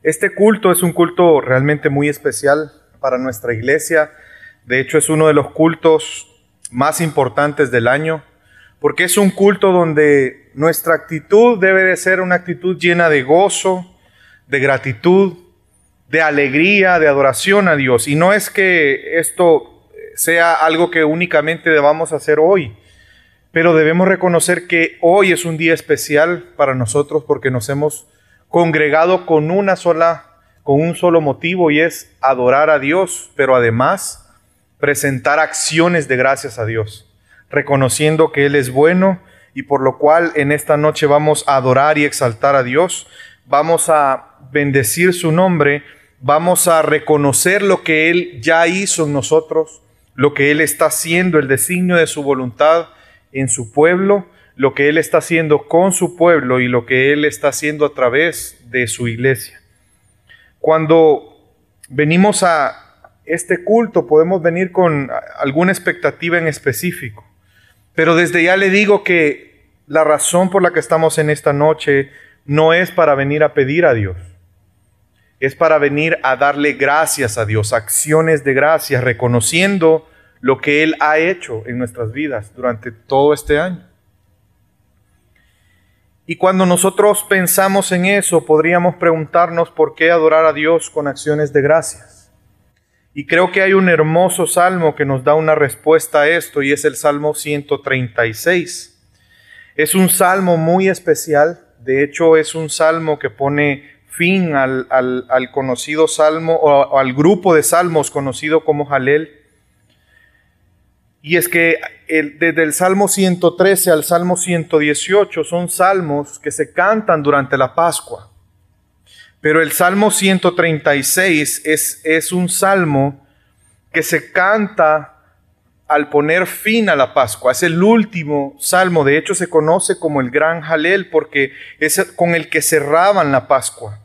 Este culto es un culto realmente muy especial para nuestra iglesia. De hecho, es uno de los cultos más importantes del año, porque es un culto donde nuestra actitud debe de ser una actitud llena de gozo, de gratitud, de alegría, de adoración a Dios. Y no es que esto sea algo que únicamente debamos hacer hoy, pero debemos reconocer que hoy es un día especial para nosotros porque nos hemos congregado con un solo motivo, y es adorar a Dios, pero además presentar acciones de gracias a Dios, reconociendo que Él es bueno y por lo cual en esta noche vamos a adorar y exaltar a Dios, vamos a bendecir su nombre, vamos a reconocer lo que Él ya hizo en nosotros, lo que Él está haciendo, el designio de su voluntad en su pueblo, lo que Él está haciendo con su pueblo y lo que Él está haciendo a través de su iglesia. Cuando venimos a este culto podemos venir con alguna expectativa en específico, pero desde ya le digo que la razón por la que estamos en esta noche no es para venir a pedir a Dios, es para venir a darle gracias a Dios, acciones de gracias, reconociendo lo que Él ha hecho en nuestras vidas durante todo este año. Y cuando nosotros pensamos en eso, podríamos preguntarnos por qué adorar a Dios con acciones de gracias. Y creo que hay un hermoso salmo que nos da una respuesta a esto, y es el Salmo 136. Es un salmo muy especial. De hecho, es un salmo que pone fin al conocido salmo, o al grupo de salmos conocido como Jalel. Y es que desde el Salmo 113 al Salmo 118 son salmos que se cantan durante la Pascua. Pero el Salmo 136 es un salmo que se canta al poner fin a la Pascua. Es el último salmo. De hecho, se conoce como el Gran Jalel porque es con el que cerraban la Pascua.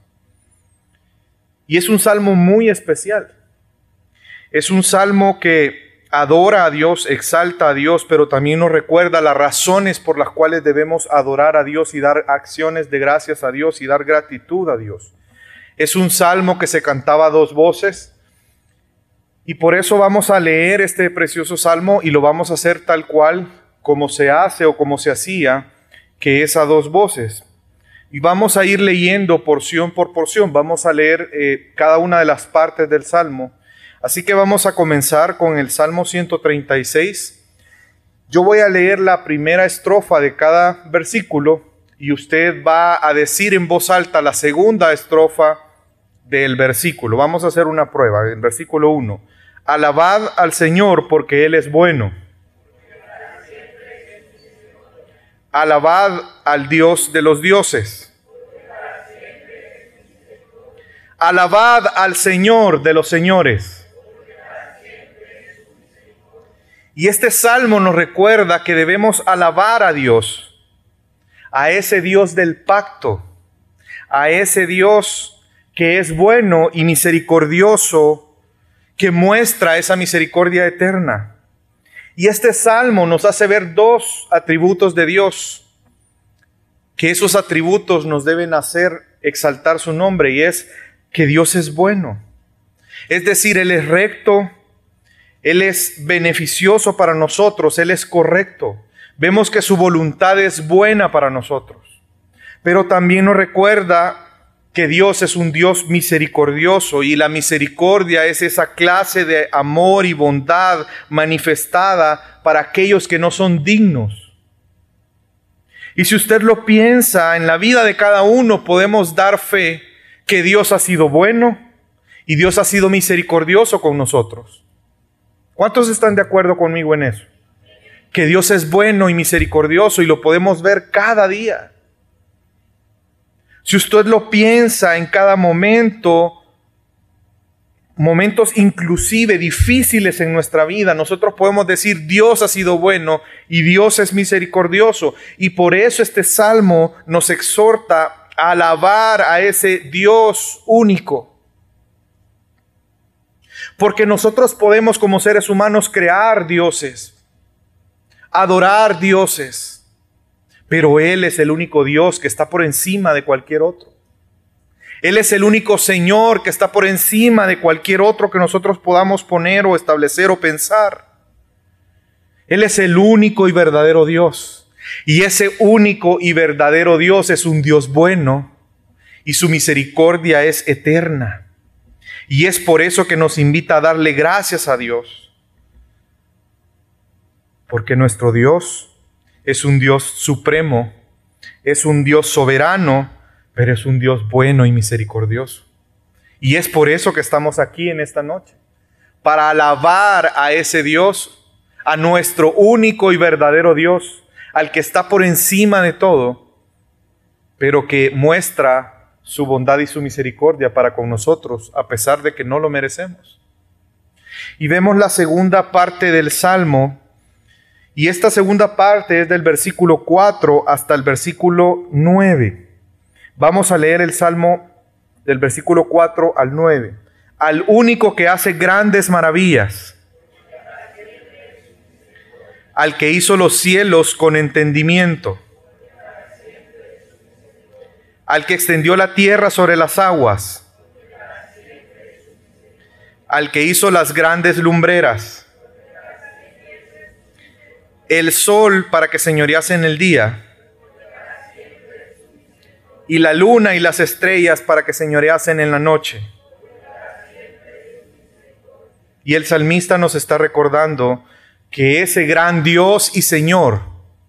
Y es un salmo muy especial. Es un salmo que adora a Dios, exalta a Dios, pero también nos recuerda las razones por las cuales debemos adorar a Dios y dar acciones de gracias a Dios y dar gratitud a Dios. Es un salmo que se cantaba a dos voces, y por eso vamos a leer este precioso salmo y lo vamos a hacer tal cual como se hace o como se hacía, que es a dos voces. Y vamos a ir leyendo porción por porción, vamos a leer cada una de las partes del salmo. Así que vamos a comenzar con el Salmo 136. Yo voy a leer la primera estrofa de cada versículo y usted va a decir en voz alta la segunda estrofa del versículo. Vamos a hacer una prueba. El versículo 1. Alabad al Señor porque Él es bueno. Alabad al Dios de los dioses. Alabad al Señor de los señores. Y este salmo nos recuerda que debemos alabar a Dios, a ese Dios del pacto, a ese Dios que es bueno y misericordioso, que muestra esa misericordia eterna. Y este salmo nos hace ver dos atributos de Dios, que esos atributos nos deben hacer exaltar su nombre, y es que Dios es bueno. Es decir, Él es recto, Él es beneficioso para nosotros, Él es correcto. Vemos que su voluntad es buena para nosotros. Pero también nos recuerda que Dios es un Dios misericordioso, y la misericordia es esa clase de amor y bondad manifestada para aquellos que no son dignos. Y si usted lo piensa, en la vida de cada uno podemos dar fe que Dios ha sido bueno y Dios ha sido misericordioso con nosotros. ¿Cuántos están de acuerdo conmigo en eso? Que Dios es bueno y misericordioso, y lo podemos ver cada día. Si usted lo piensa en cada momento, momentos inclusive difíciles en nuestra vida, nosotros podemos decir Dios ha sido bueno y Dios es misericordioso. Y por eso este salmo nos exhorta a alabar a ese Dios único. Porque nosotros podemos como seres humanos crear dioses, adorar dioses, pero Él es el único Dios que está por encima de cualquier otro. Él es el único Señor que está por encima de cualquier otro que nosotros podamos poner o establecer o pensar. Él es el único y verdadero Dios. Y ese único y verdadero Dios es un Dios bueno y su misericordia es eterna. Y es por eso que nos invita a darle gracias a Dios. Porque nuestro Dios es un Dios supremo, es un Dios soberano, pero es un Dios bueno y misericordioso. Y es por eso que estamos aquí en esta noche, para alabar a ese Dios, a nuestro único y verdadero Dios, al que está por encima de todo, pero que muestra su bondad y su misericordia para con nosotros, a pesar de que no lo merecemos. Y vemos la segunda parte del Salmo, y esta segunda parte es del versículo 4 hasta el versículo 9. Vamos a leer el Salmo del versículo 4 al 9. Al único que hace grandes maravillas, al que hizo los cielos con entendimiento, al que extendió la tierra sobre las aguas, al que hizo las grandes lumbreras, el sol para que señorease en el día, y la luna y las estrellas para que señoreasen en la noche. Y el salmista nos está recordando que ese gran Dios y Señor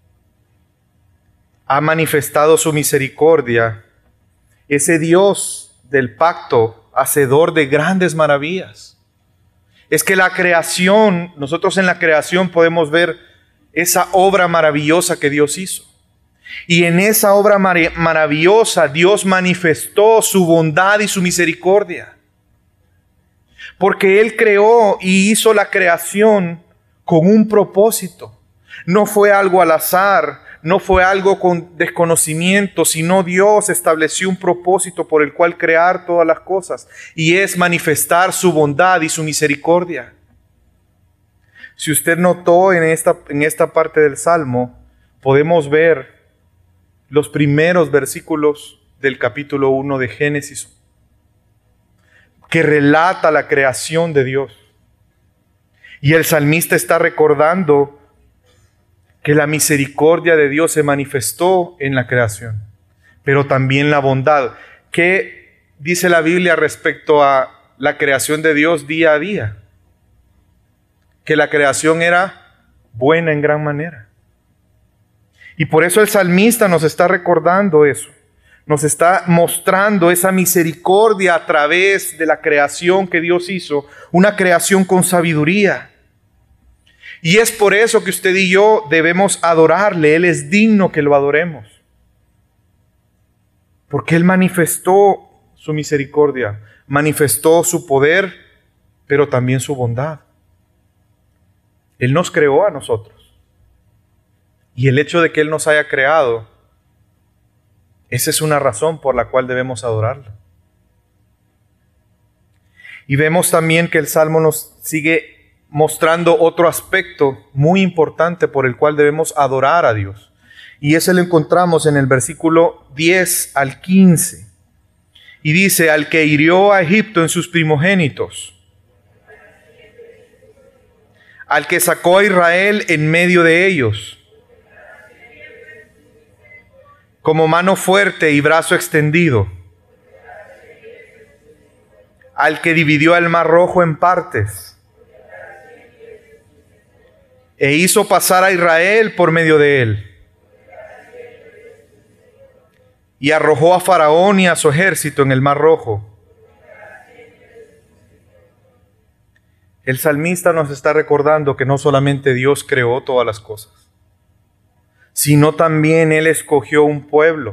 ha manifestado su misericordia, ese Dios del pacto, hacedor de grandes maravillas. Es que la creación, nosotros en la creación podemos ver esa obra maravillosa que Dios hizo. Y en esa obra maravillosa Dios manifestó su bondad y su misericordia. Porque Él creó y hizo la creación con un propósito. No fue algo al azar, no fue algo con desconocimiento, sino Dios estableció un propósito por el cual crear todas las cosas. Y es manifestar su bondad y su misericordia. Si usted notó en esta parte del Salmo, podemos ver los primeros versículos del capítulo 1 de Génesis, que relata la creación de Dios. Y el salmista está recordando que la misericordia de Dios se manifestó en la creación, pero también la bondad. ¿Qué dice la Biblia respecto a la creación de Dios día a día? Que la creación era buena en gran manera. Y por eso el salmista nos está recordando eso. Nos está mostrando esa misericordia a través de la creación que Dios hizo. Una creación con sabiduría. Y es por eso que usted y yo debemos adorarle. Él es digno que lo adoremos. Porque Él manifestó su misericordia. Manifestó su poder, pero también su bondad. Él nos creó a nosotros. Y el hecho de que Él nos haya creado, esa es una razón por la cual debemos adorarlo. Y vemos también que el Salmo nos sigue mostrando otro aspecto muy importante por el cual debemos adorar a Dios. Y ese lo encontramos en el versículo 10 al 15. Y dice, al que hirió a Egipto en sus primogénitos, al que sacó a Israel en medio de ellos, como mano fuerte y brazo extendido, al que dividió el mar rojo en partes, e hizo pasar a Israel por medio de él, y arrojó a Faraón y a su ejército en el mar rojo. El salmista nos está recordando que no solamente Dios creó todas las cosas, sino también Él escogió un pueblo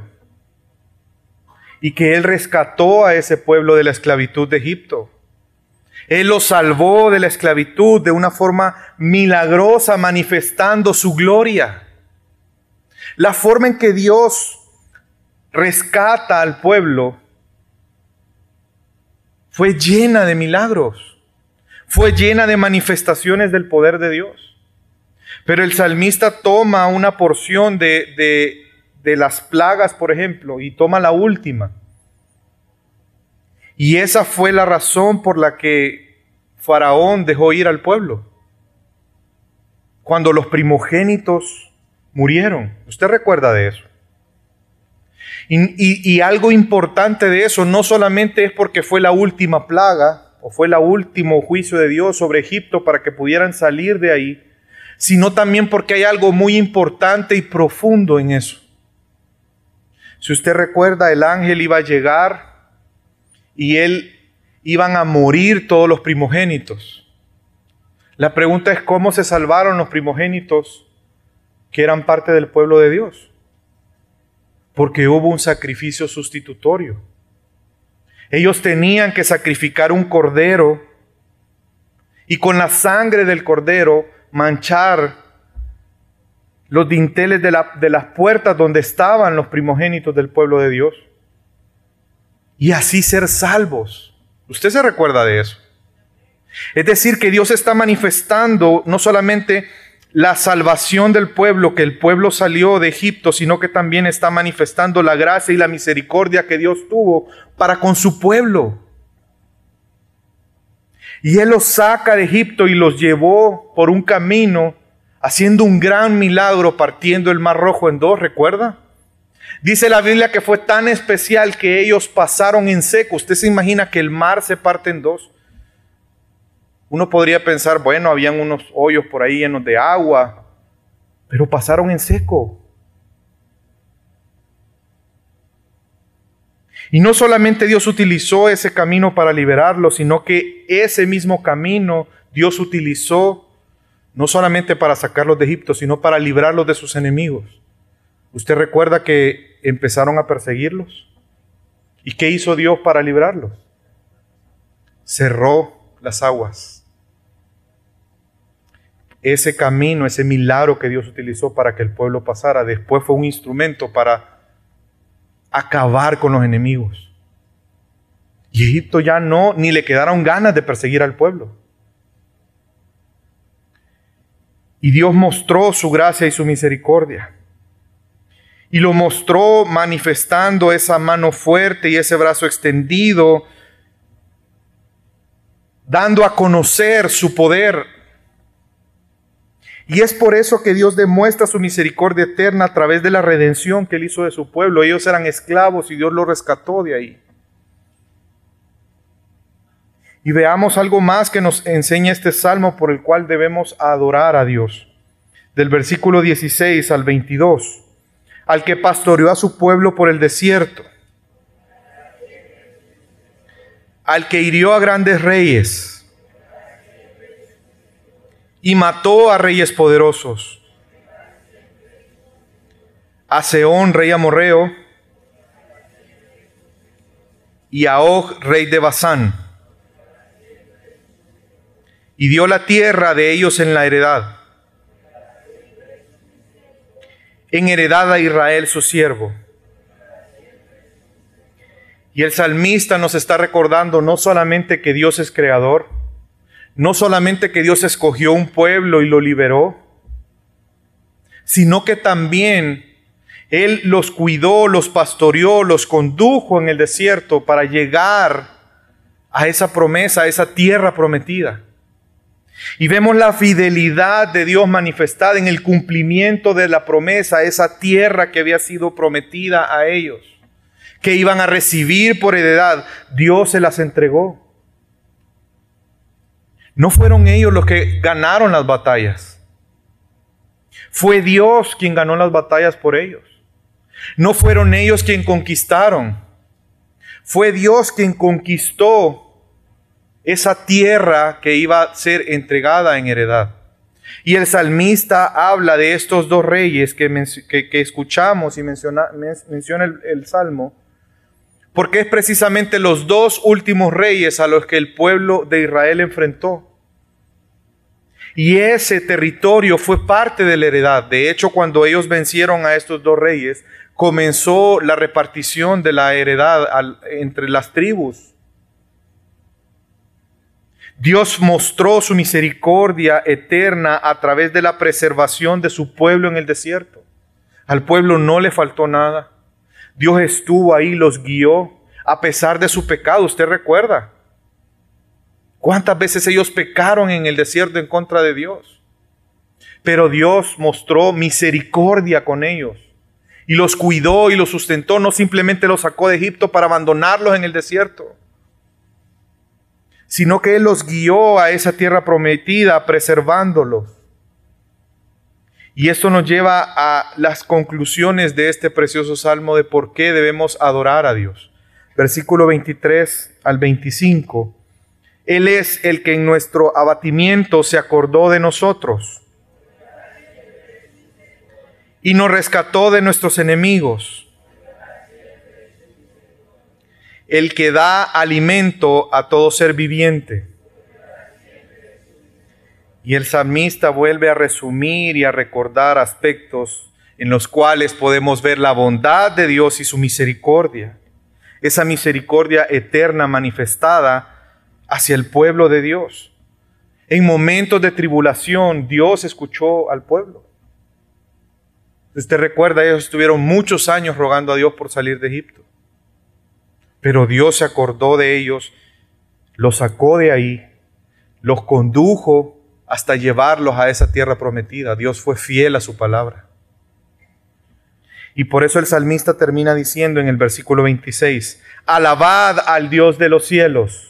y que Él rescató a ese pueblo de la esclavitud de Egipto. Él los salvó de la esclavitud de una forma milagrosa, manifestando su gloria. La forma en que Dios rescata al pueblo fue llena de milagros, fue llena de manifestaciones del poder de Dios. Pero el salmista toma una porción de las plagas, por ejemplo, y toma la última. Y esa fue la razón por la que Faraón dejó ir al pueblo. Cuando los primogénitos murieron. ¿Usted recuerda de eso? Y algo importante de eso no solamente es porque fue la última plaga o fue el último juicio de Dios sobre Egipto para que pudieran salir de ahí, sino también porque hay algo muy importante y profundo en eso. Si usted recuerda, el ángel iba a llegar y iban a morir todos los primogénitos. La pregunta es cómo se salvaron los primogénitos que eran parte del pueblo de Dios. Porque hubo un sacrificio sustitutorio. Ellos tenían que sacrificar un cordero y con la sangre del cordero manchar los dinteles de las puertas donde estaban los primogénitos del pueblo de Dios. Y así ser salvos. ¿Usted se recuerda de eso? Es decir, que Dios está manifestando no solamente la salvación del pueblo, que el pueblo salió de Egipto, sino que también está manifestando la gracia y la misericordia que Dios tuvo para con su pueblo. Y Él los saca de Egipto y los llevó por un camino, haciendo un gran milagro, partiendo el Mar Rojo en dos, ¿recuerda? Dice la Biblia que fue tan especial que ellos pasaron en seco. ¿Usted se imagina que el mar se parte en dos? Uno podría pensar, bueno, habían unos hoyos por ahí llenos de agua, pero pasaron en seco. Y no solamente Dios utilizó ese camino para liberarlos, sino que ese mismo camino Dios utilizó no solamente para sacarlos de Egipto, sino para librarlos de sus enemigos. ¿Usted recuerda que empezaron a perseguirlos? ¿Y qué hizo Dios para librarlos? Cerró las aguas. Ese camino, ese milagro que Dios utilizó para que el pueblo pasara, después fue un instrumento para acabar con los enemigos. Y Egipto ya ni le quedaron ganas de perseguir al pueblo. Y Dios mostró su gracia y su misericordia. Y lo mostró manifestando esa mano fuerte y ese brazo extendido, dando a conocer su poder. Y es por eso que Dios demuestra su misericordia eterna a través de la redención que Él hizo de su pueblo. Ellos eran esclavos y Dios los rescató de ahí. Y veamos algo más que nos enseña este salmo por el cual debemos adorar a Dios. Del versículo 16 al 22. Al que pastoreó a su pueblo por el desierto. Al que hirió a grandes reyes. Y mató a reyes poderosos. A Sehón, rey amorreo. Y a Og, rey de Basán. Y dio la tierra de ellos en la heredad. En heredad a Israel su siervo. Y el salmista nos está recordando no solamente que Dios es creador, no solamente que Dios escogió un pueblo y lo liberó, sino que también Él los cuidó, los pastoreó, los condujo en el desierto para llegar a esa promesa, a esa tierra prometida. Y vemos la fidelidad de Dios manifestada en el cumplimiento de la promesa, esa tierra que había sido prometida a ellos, que iban a recibir por heredad. Dios se las entregó. No fueron ellos los que ganaron las batallas. Fue Dios quien ganó las batallas por ellos. No fueron ellos quien conquistaron. Fue Dios quien conquistó esa tierra que iba a ser entregada en heredad. Y el salmista habla de estos dos reyes que escuchamos y menciona el Salmo, porque es precisamente los dos últimos reyes a los que el pueblo de Israel enfrentó. Y ese territorio fue parte de la heredad. De hecho, cuando ellos vencieron a estos dos reyes, comenzó la repartición de la heredad entre las tribus. Dios mostró su misericordia eterna a través de la preservación de su pueblo en el desierto. Al pueblo no le faltó nada. Dios estuvo ahí, los guió. a pesar de su pecado. ¿Usted recuerda cuántas veces ellos pecaron en el desierto en contra de Dios? Pero Dios mostró misericordia con ellos y los cuidó y los sustentó. No simplemente los sacó de Egipto para abandonarlos en el desierto, sino que Él los guió a esa tierra prometida, preservándolos. Y esto nos lleva a las conclusiones de este precioso salmo de por qué debemos adorar a Dios. Versículo 23 al 25. Él es el que en nuestro abatimiento se acordó de nosotros y nos rescató de nuestros enemigos. El que da alimento a todo ser viviente. Y el salmista vuelve a resumir y a recordar aspectos en los cuales podemos ver la bondad de Dios y su misericordia. Esa misericordia eterna manifestada hacia el pueblo de Dios. En momentos de tribulación, Dios escuchó al pueblo. Usted recuerda, ellos estuvieron muchos años rogando a Dios por salir de Egipto. Pero Dios se acordó de ellos, los sacó de ahí, los condujo hasta llevarlos a esa tierra prometida. Dios fue fiel a su palabra. Y por eso el salmista termina diciendo en el versículo 26, alabad al Dios de los cielos.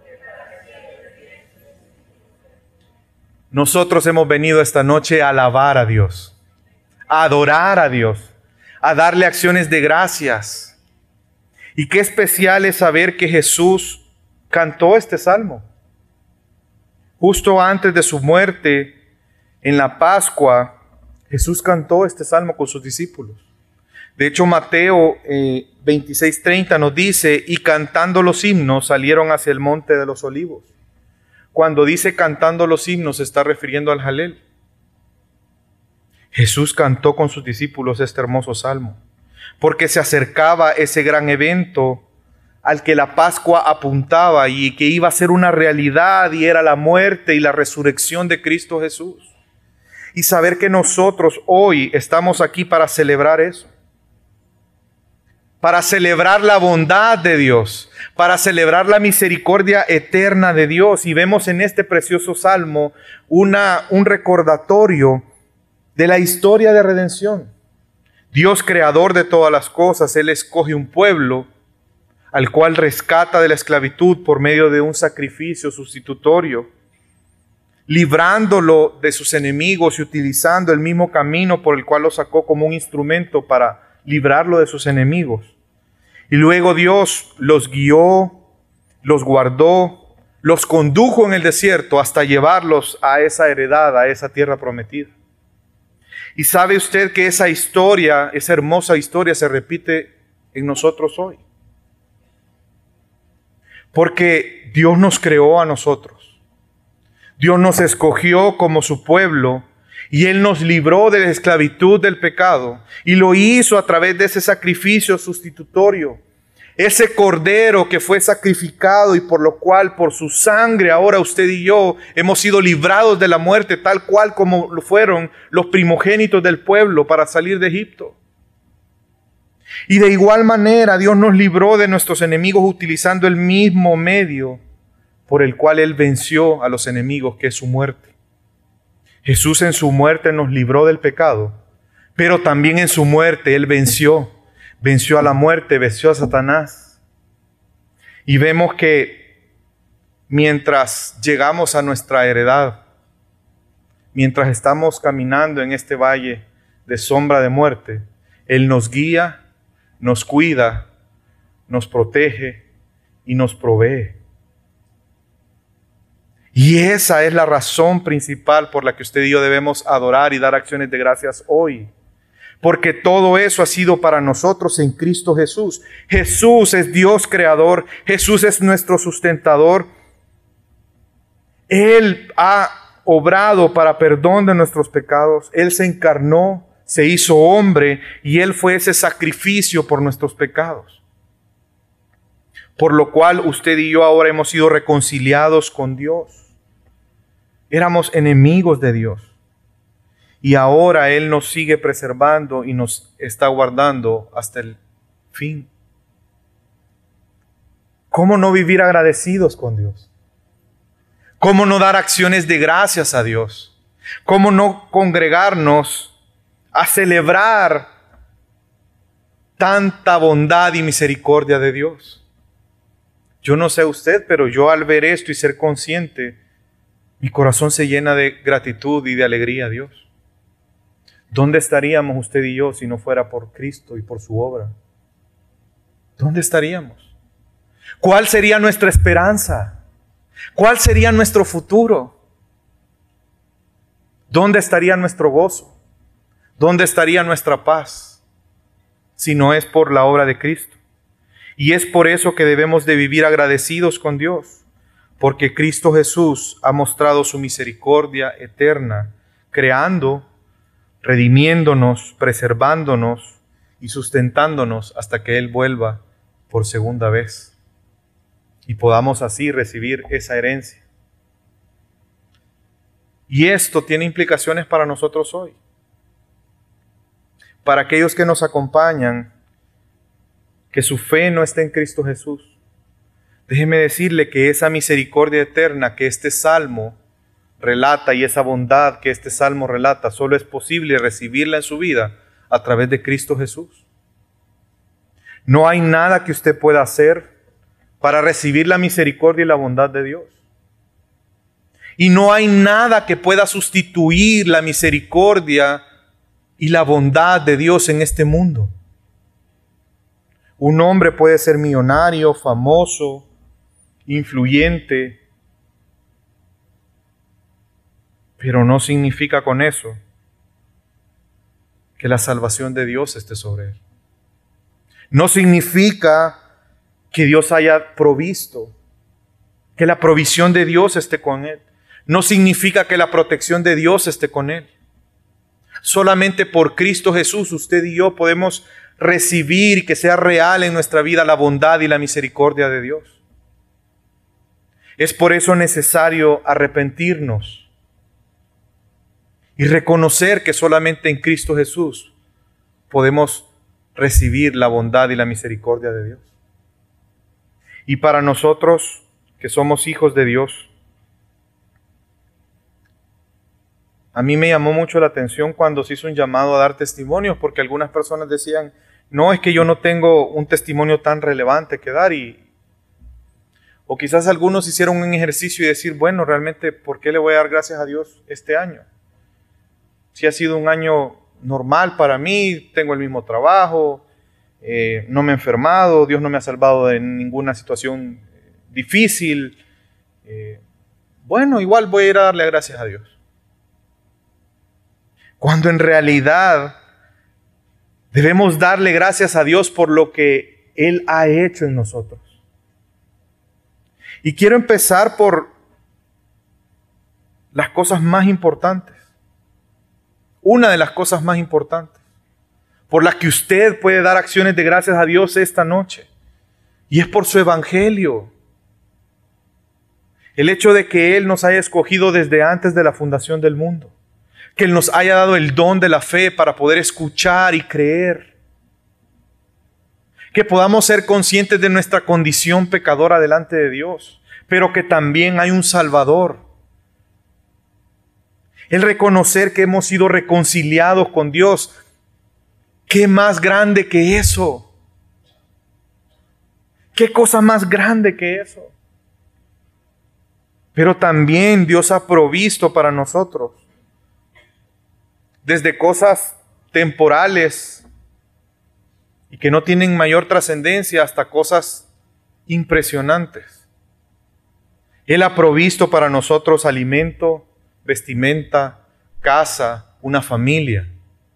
Nosotros hemos venido esta noche a alabar a Dios, a adorar a Dios, a darle acciones de gracias. Y qué especial es saber que Jesús cantó este salmo. Justo antes de su muerte, en la Pascua, Jesús cantó este salmo con sus discípulos. De hecho, Mateo 26:30 nos dice, y cantando los himnos salieron hacia el monte de los olivos. Cuando dice cantando los himnos, se está refiriendo al Jalel. Jesús cantó con sus discípulos este hermoso salmo, porque se acercaba ese gran evento al que la Pascua apuntaba y que iba a ser una realidad, y era la muerte y la resurrección de Cristo Jesús. Y saber que nosotros hoy estamos aquí para celebrar eso, para celebrar la bondad de Dios, para celebrar la misericordia eterna de Dios. Y vemos en este precioso salmo un recordatorio de la historia de redención. Dios, creador de todas las cosas, Él escoge un pueblo al cual rescata de la esclavitud por medio de un sacrificio sustitutorio, librándolo de sus enemigos y utilizando el mismo camino por el cual lo sacó como un instrumento para librarlo de sus enemigos. Y luego Dios los guió, los guardó, los condujo en el desierto hasta llevarlos a esa heredad, a esa tierra prometida. Y sabe usted que esa historia, esa hermosa historia, se repite en nosotros hoy. Porque Dios nos creó a nosotros. Dios nos escogió como su pueblo y Él nos libró de la esclavitud del pecado. Y lo hizo a través de ese sacrificio sustitutorio. Ese cordero que fue sacrificado y por lo cual, por su sangre, ahora usted y yo hemos sido librados de la muerte, tal cual como lo fueron los primogénitos del pueblo para salir de Egipto. Y de igual manera Dios nos libró de nuestros enemigos utilizando el mismo medio por el cual Él venció a los enemigos, que es su muerte. Jesús en su muerte nos libró del pecado, pero también en su muerte Él venció a la muerte, venció a Satanás. Y vemos que mientras llegamos a nuestra heredad, mientras estamos caminando en este valle de sombra de muerte, Él nos guía, nos cuida, nos protege y nos provee. Y esa es la razón principal por la que usted y yo debemos adorar y dar acciones de gracias hoy. Porque todo eso ha sido para nosotros en Cristo Jesús. Jesús es Dios creador, Jesús es nuestro sustentador. Él ha obrado para perdón de nuestros pecados. Él se encarnó, se hizo hombre y Él fue ese sacrificio por nuestros pecados. Por lo cual usted y yo ahora hemos sido reconciliados con Dios. Éramos enemigos de Dios. Y ahora Él nos sigue preservando y nos está guardando hasta el fin. ¿Cómo no vivir agradecidos con Dios? ¿Cómo no dar acciones de gracias a Dios? ¿Cómo no congregarnos a celebrar tanta bondad y misericordia de Dios? Yo no sé usted, pero yo al ver esto y ser consciente, mi corazón se llena de gratitud y de alegría a Dios. ¿Dónde estaríamos usted y yo si no fuera por Cristo y por su obra? ¿Dónde estaríamos? ¿Cuál sería nuestra esperanza? ¿Cuál sería nuestro futuro? ¿Dónde estaría nuestro gozo? ¿Dónde estaría nuestra paz? Si no es por la obra de Cristo. Y es por eso que debemos de vivir agradecidos con Dios, porque Cristo Jesús ha mostrado su misericordia eterna, creando, redimiéndonos, preservándonos y sustentándonos hasta que Él vuelva por segunda vez y podamos así recibir esa herencia. Y esto tiene implicaciones para nosotros hoy. Para aquellos que nos acompañan, que su fe no esté en Cristo Jesús, déjeme decirle que esa misericordia eterna que este salmo relata y esa bondad que este salmo relata, solo es posible recibirla en su vida a través de Cristo Jesús. No hay nada que usted pueda hacer para recibir la misericordia y la bondad de Dios. Y no hay nada que pueda sustituir la misericordia y la bondad de Dios en este mundo. Un hombre puede ser millonario, famoso, influyente, pero no significa con eso que la salvación de Dios esté sobre él. No significa que Dios haya provisto, que la provisión de Dios esté con él. No significa que la protección de Dios esté con él. Solamente por Cristo Jesús usted y yo podemos recibir que sea real en nuestra vida la bondad y la misericordia de Dios. Es por eso necesario arrepentirnos y reconocer que solamente en Cristo Jesús podemos recibir la bondad y la misericordia de Dios. Y para nosotros que somos hijos de Dios, a mí me llamó mucho la atención cuando se hizo un llamado a dar testimonios, porque algunas personas decían, no, es que yo no tengo un testimonio tan relevante que dar. O quizás algunos hicieron un ejercicio y decir, bueno, realmente, ¿por qué le voy a dar gracias a Dios este año? Si ha sido un año normal para mí, tengo el mismo trabajo, no me he enfermado, Dios no me ha salvado de ninguna situación difícil. Bueno, igual voy a ir a darle gracias a Dios. Cuando en realidad debemos darle gracias a Dios por lo que Él ha hecho en nosotros. Y quiero empezar por las cosas más importantes. Una de las cosas más importantes por las que usted puede dar acciones de gracias a Dios esta noche. Y es por su evangelio. El hecho de que Él nos haya escogido desde antes de la fundación del mundo. Que Él nos haya dado el don de la fe para poder escuchar y creer. Que podamos ser conscientes de nuestra condición pecadora delante de Dios, pero que también hay un Salvador. El reconocer que hemos sido reconciliados con Dios. ¿Qué más grande que eso? ¿Qué cosa más grande que eso? Pero también Dios ha provisto para nosotros. Desde cosas temporales y que no tienen mayor trascendencia hasta cosas impresionantes. Él ha provisto para nosotros alimento, vestimenta, casa, una familia.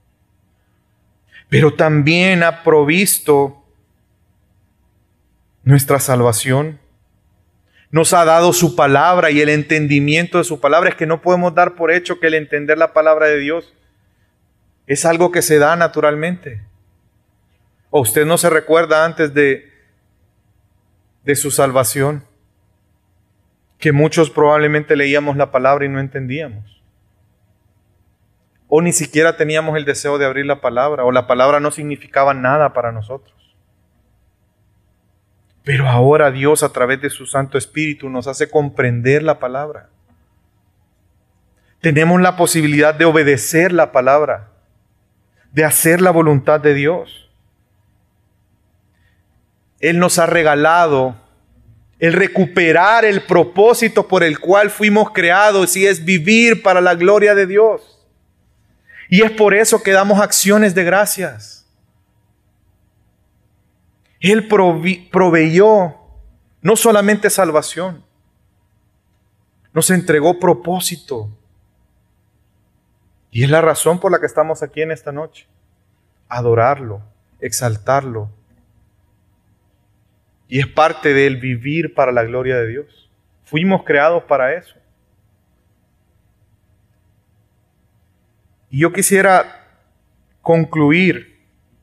Pero también ha provisto nuestra salvación. Nos ha dado su palabra y el entendimiento de su palabra. Es que no podemos dar por hecho que el entender la palabra de Dios es algo que se da naturalmente. ¿O usted no se recuerda antes de su salvación que muchos probablemente leíamos la palabra y no entendíamos? O ni siquiera teníamos el deseo de abrir la palabra, o la palabra no significaba nada para nosotros. Pero ahora Dios, a través de su Santo Espíritu, nos hace comprender la palabra. Tenemos la posibilidad de obedecer la palabra, de hacer la voluntad de Dios. Él nos ha regalado el recuperar el propósito por el cual fuimos creados, y es vivir para la gloria de Dios. Y es por eso que damos acciones de gracias. Él proveyó no solamente salvación, nos entregó propósito. Y es la razón por la que estamos aquí en esta noche. Adorarlo, exaltarlo. Y es parte del vivir para la gloria de Dios. Fuimos creados para eso. Y yo quisiera concluir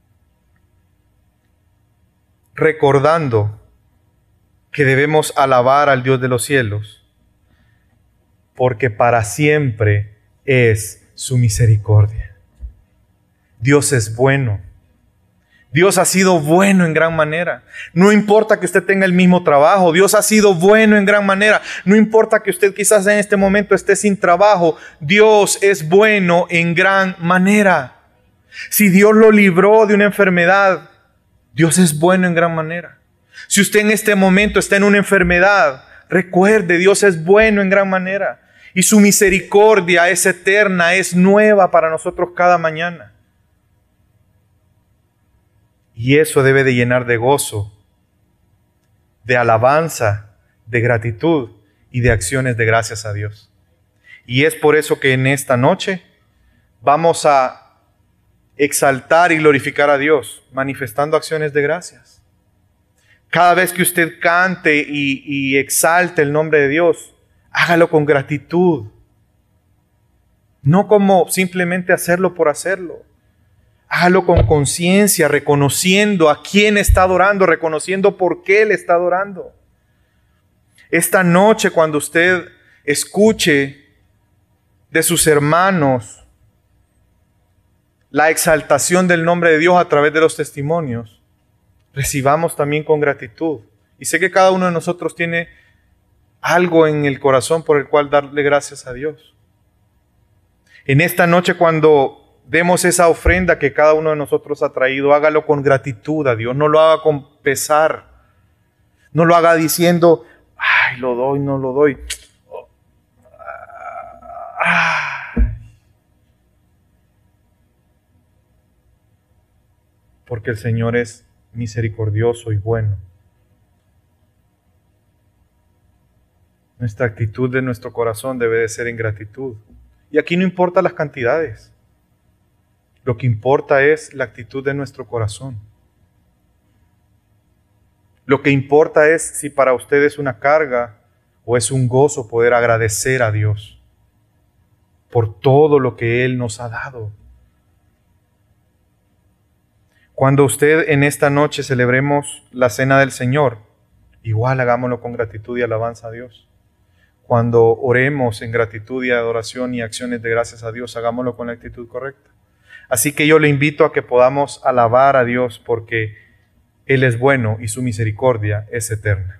recordando que debemos alabar al Dios de los cielos, porque para siempre es su misericordia. Dios es bueno. Dios ha sido bueno en gran manera. No importa que usted tenga el mismo trabajo, Dios ha sido bueno en gran manera. No importa que usted quizás en este momento esté sin trabajo, Dios es bueno en gran manera. Si Dios lo libró de una enfermedad, Dios es bueno en gran manera. Si usted en este momento está en una enfermedad, recuerde, Dios es bueno en gran manera. Y su misericordia es eterna, es nueva para nosotros cada mañana. Y eso debe de llenar de gozo, de alabanza, de gratitud y de acciones de gracias a Dios. Y es por eso que en esta noche vamos a exaltar y glorificar a Dios, manifestando acciones de gracias. Cada vez que usted cante y exalte el nombre de Dios, hágalo con gratitud. No como simplemente hacerlo por hacerlo. Hágalo con conciencia, reconociendo a quién está adorando, reconociendo por qué le está adorando. Esta noche, cuando usted escuche de sus hermanos la exaltación del nombre de Dios a través de los testimonios, recibamos también con gratitud. Y sé que cada uno de nosotros tiene algo en el corazón por el cual darle gracias a Dios. En esta noche, cuando demos esa ofrenda que cada uno de nosotros ha traído, hágalo con gratitud a Dios, no lo haga con pesar, no lo haga diciendo, ay, lo doy, no lo doy. Porque el Señor es misericordioso y bueno. Nuestra actitud de nuestro corazón debe de ser en gratitud. Y aquí no importa las cantidades. Lo que importa es la actitud de nuestro corazón. Lo que importa es si para usted es una carga o es un gozo poder agradecer a Dios por todo lo que Él nos ha dado. Cuando usted en esta noche celebremos la cena del Señor, igual hagámoslo con gratitud y alabanza a Dios. Cuando oremos en gratitud y adoración y acciones de gracias a Dios, hagámoslo con la actitud correcta. Así que yo le invito a que podamos alabar a Dios porque Él es bueno y su misericordia es eterna.